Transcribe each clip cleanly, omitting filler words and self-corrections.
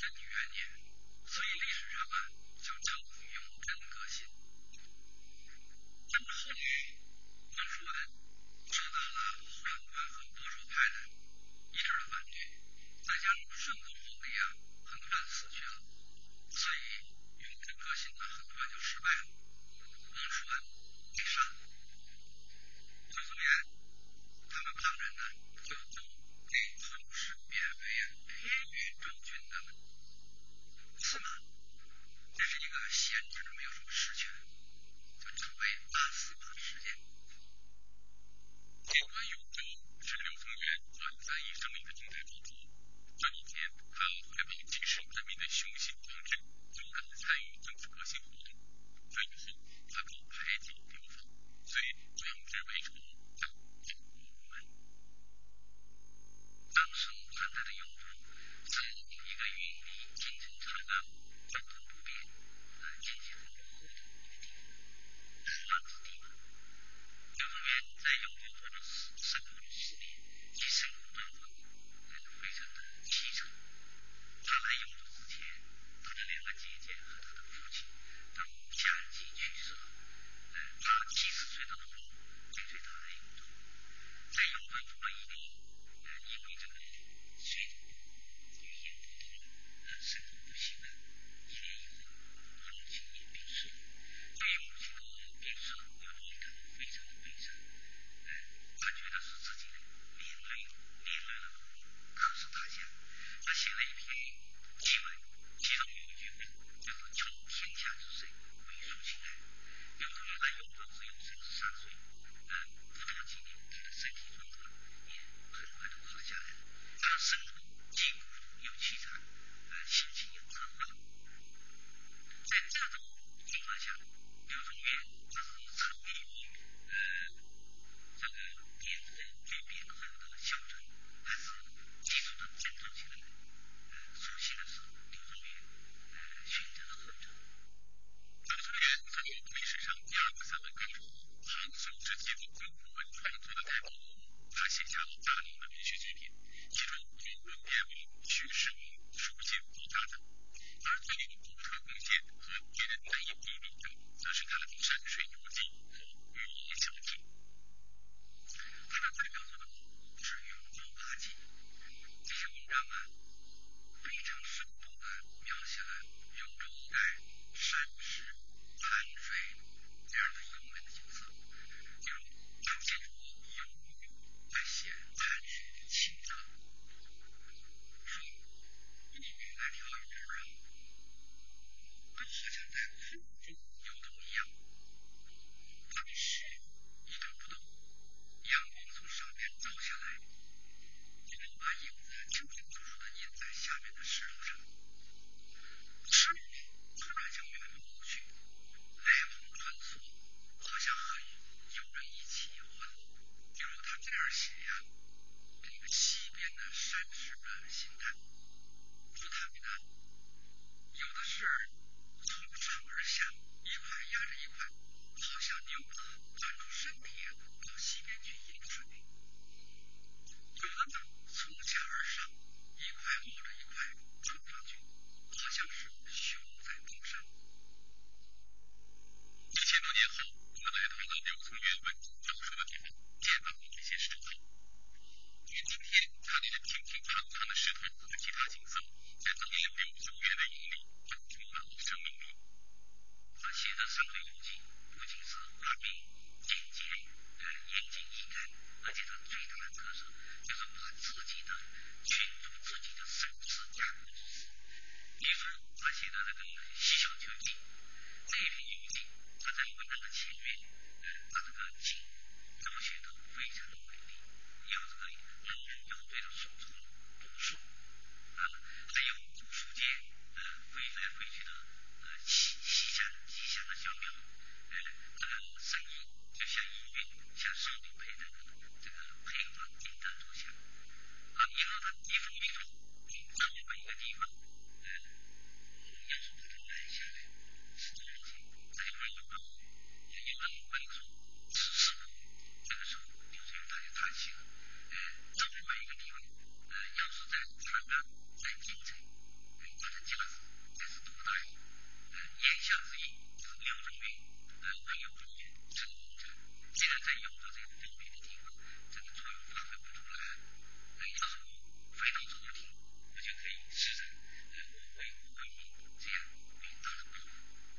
元年，所以历史上就称永贞革新。但是后来王叔安受到了宦官和保守派的一致的反对，再加上顺宗皇帝很快死去了，所以永贞革新很快就失败了。王叔安被杀，就这么样，他们旁人就给后世编为平原州郡的司马，这是一个闲职，没有什么实权，就称为大司马事件。尽管永州是刘从元短暂一生里的精彩之作，这一天他怀抱济世安民的雄心壮志，勇敢地参与政治革新活动。这以后他更排挤流放，遂壮志未酬，将入门。当时汉代的永州是一个云里金城长的交通不便、经济很落后的一个地方，弹丸之地嘛。刘从元在永州做了3到10年，其生活状况非常的凄惨。他来永州之前，他的2个姐姐和他的父亲都相继去世了。他70岁的时候跟随他来永州，在永州住了1年，因为这个水土语言不通，生活不习惯，1年以后，他母亲也病逝了。对于母亲的病逝，刘从元感到非常的悲伤。他觉得是自己连累了父母，可是他写了一篇祭文，其中有一句话就是“求天下之水，为庶亲爱”。刘从元来永州只有33岁，不到几年，他的身体状况也很快就垮下来了。他的生活既孤独又凄惨，心情也折磨。在这种情况下，刘从元他是沉迷于这个边后的小镇，还是急速的振作起来？所幸的是，刘从元选择了后者。刘从元曾有历史上第2个散文高手，唐宋时期的中古文创作的代表人物，他写下了大量的文学作品，其中中文编为叙事文、书信都大涨。而最有独特贡献和别人难以比拟的，则是他的山水游记和寓言小记。他的代表作是《永州八记》，这些文章非常生动地描写了永州一带山石、潭水这样的优美的景色，比如他借助游鱼来写潭水的清澈，说鱼来跳鱼儿都好像在空中游动一样，它的石一动不动，阳光从上面照下来，就能把影子清清楚楚地印在下面的石头上。石头突然向远方走去，来往穿梭，好像和游人一起欢乐。比如他这样写这个西边的山石的形态，说他们有的是从上而下，一块压着一块，好像牛马钻出身体到西边去饮水；有的从下而上，一块抱着一块冲上去，好像是熊在登山。1000多年后，我们来到了刘从元文中讲述的地方，见到了这些石头。与今天他那个平平常常的石头和其他景色，在当年刘从元的眼里都充满了生命力。他写的山水游记不仅是画面简洁、严谨易感，而且他最大的特色就是把自己的群主自己的身世加工之事。比如他写的这个《西小秋记》这一篇游记，他在文章的前面，把这个景描写得非常的美丽，有这个龙门腰对着松草读书，还有古树间飞来飞去的吉祥的小鸟，这个声音就像音乐，像少女配的这个配方叮当作响。以后他一封一封到每一个地方，要是把它买下来是多少钱？这就会有人问说此事不？这个时候刘从元他就叹息了，到每一个地方，要是在长安、在京城， 他的架子才是多大意。言下之意是刘仲云和游中间这个人才，既然在用到这个方面的地方，这个作用发挥不出来，要是我飞到朝廷，我就可以施展维护文明，这样比当然不好。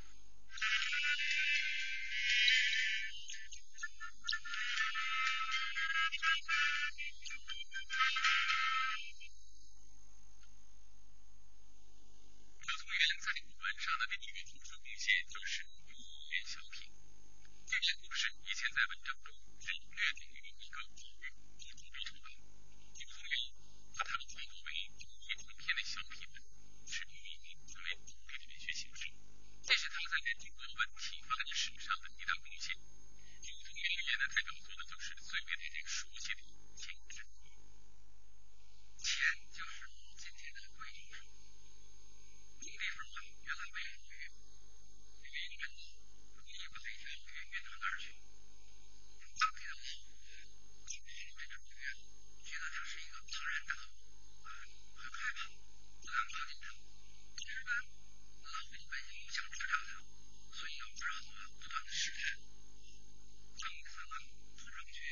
刘宗元在古文上的第一个突出贡献就是寓言小品。这类故事以前在文章中只略等于一个比喻，不足多图吧。刘宗元把它们创作为独立短篇的小品本，是寓意成为独立的文学形式，这是他在中国文体发展史上的一大贡献。刘宗元寓言的代表作呢，就是最为大家熟悉的《钱塘鱼》。钱就是今天的贵州省，种地方啊越来越富裕，因为人们容易把一条鱼运到哪儿去，当地的老看不好这条鱼，觉得它是一个庞然大物，很害怕，不敢靠近它。但是呢，老百姓又想吃掉它，所以要不让它不断的试探。当一次呢扑上去，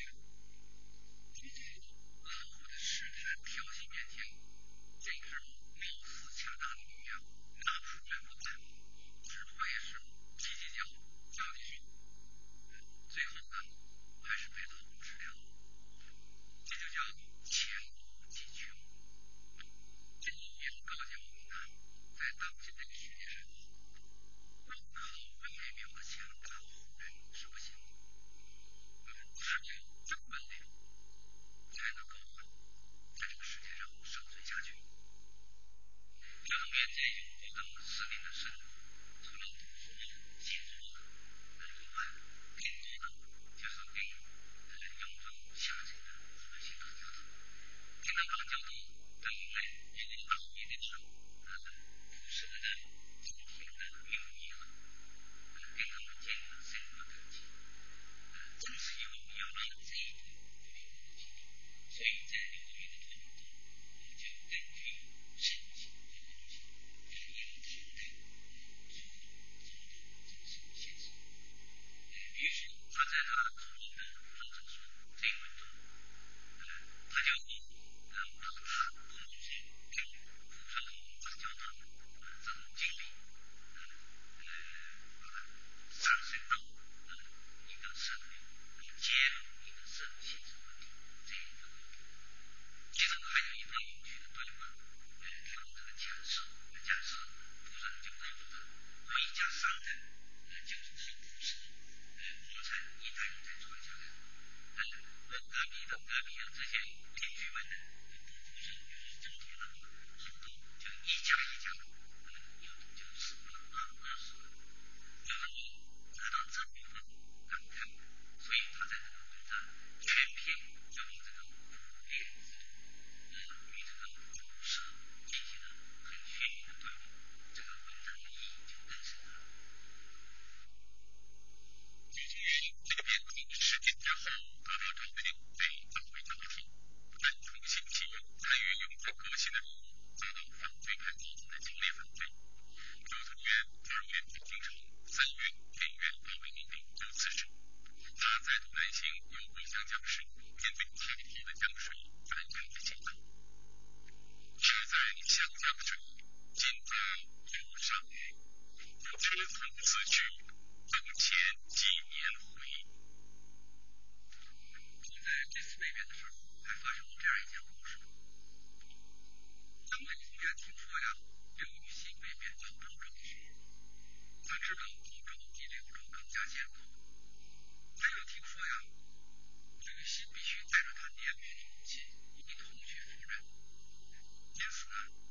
老虎的试探调戏面前，这只貌似强大的鱼拿出拳不打，只会是叽叽叫叫进去，最后呢还是被老虎吃掉了。这就叫前无极穷。这也告诫我们呢，在当今这个世界上，光靠外表的强大唬人是不行的，只有真本领才能够在这个世界上生存下去。刘宗元在永福等士林的生活，除了读书写作以外，更多的就是给永州下镇的老百姓打交道。跟他打交道，等来人家打你的时候，不是的今天的友谊了，跟他们建立了深厚的感情。正是因为有了这一段所以在刘宗元的作品中，就根据神奇的东西，反映了唐代中国真实的现实。比如说，他在他著名的《方正书》这一文中，他就把他后山跟富顺老打交道这种经历，把它上升到一个社会，揭露一个社会现实问题这一个高度。其中还有一段有趣的对话，他用这个假设富顺就告诉他，我一家商人就是靠富顺国产一代一代传下来的。我隔壁的这些邻居们呢，不富顺就是种田的话，好多就一家就是10万、20万。刘宗元得到这部分感慨，所以他在这个文章全篇就把这个苦练制度与这个毒蛇进行了很全面的对比，这个文章的意义就更深了。刘宗元这边10年之后得到朝廷，被召回朝廷，但重新启用参与永州革新的任务，遭到反对派高层的强烈反对。刘宗元2月进京城，3月天元报为命令就辞职。他再度南行由过湘江时，面对滔滔的江水，反感的写道：志在湘江水，今遭忧上虞。不知从此去，更前几年回。就在这次北边的时候，还发生了这样一件故事。当刘宗元听说呀，刘禹锡被贬到通州去，他知道通州比柳州更加艰苦。他又听说呀，刘禹锡必须带着他年迈的母亲一同去赴任，因此呢，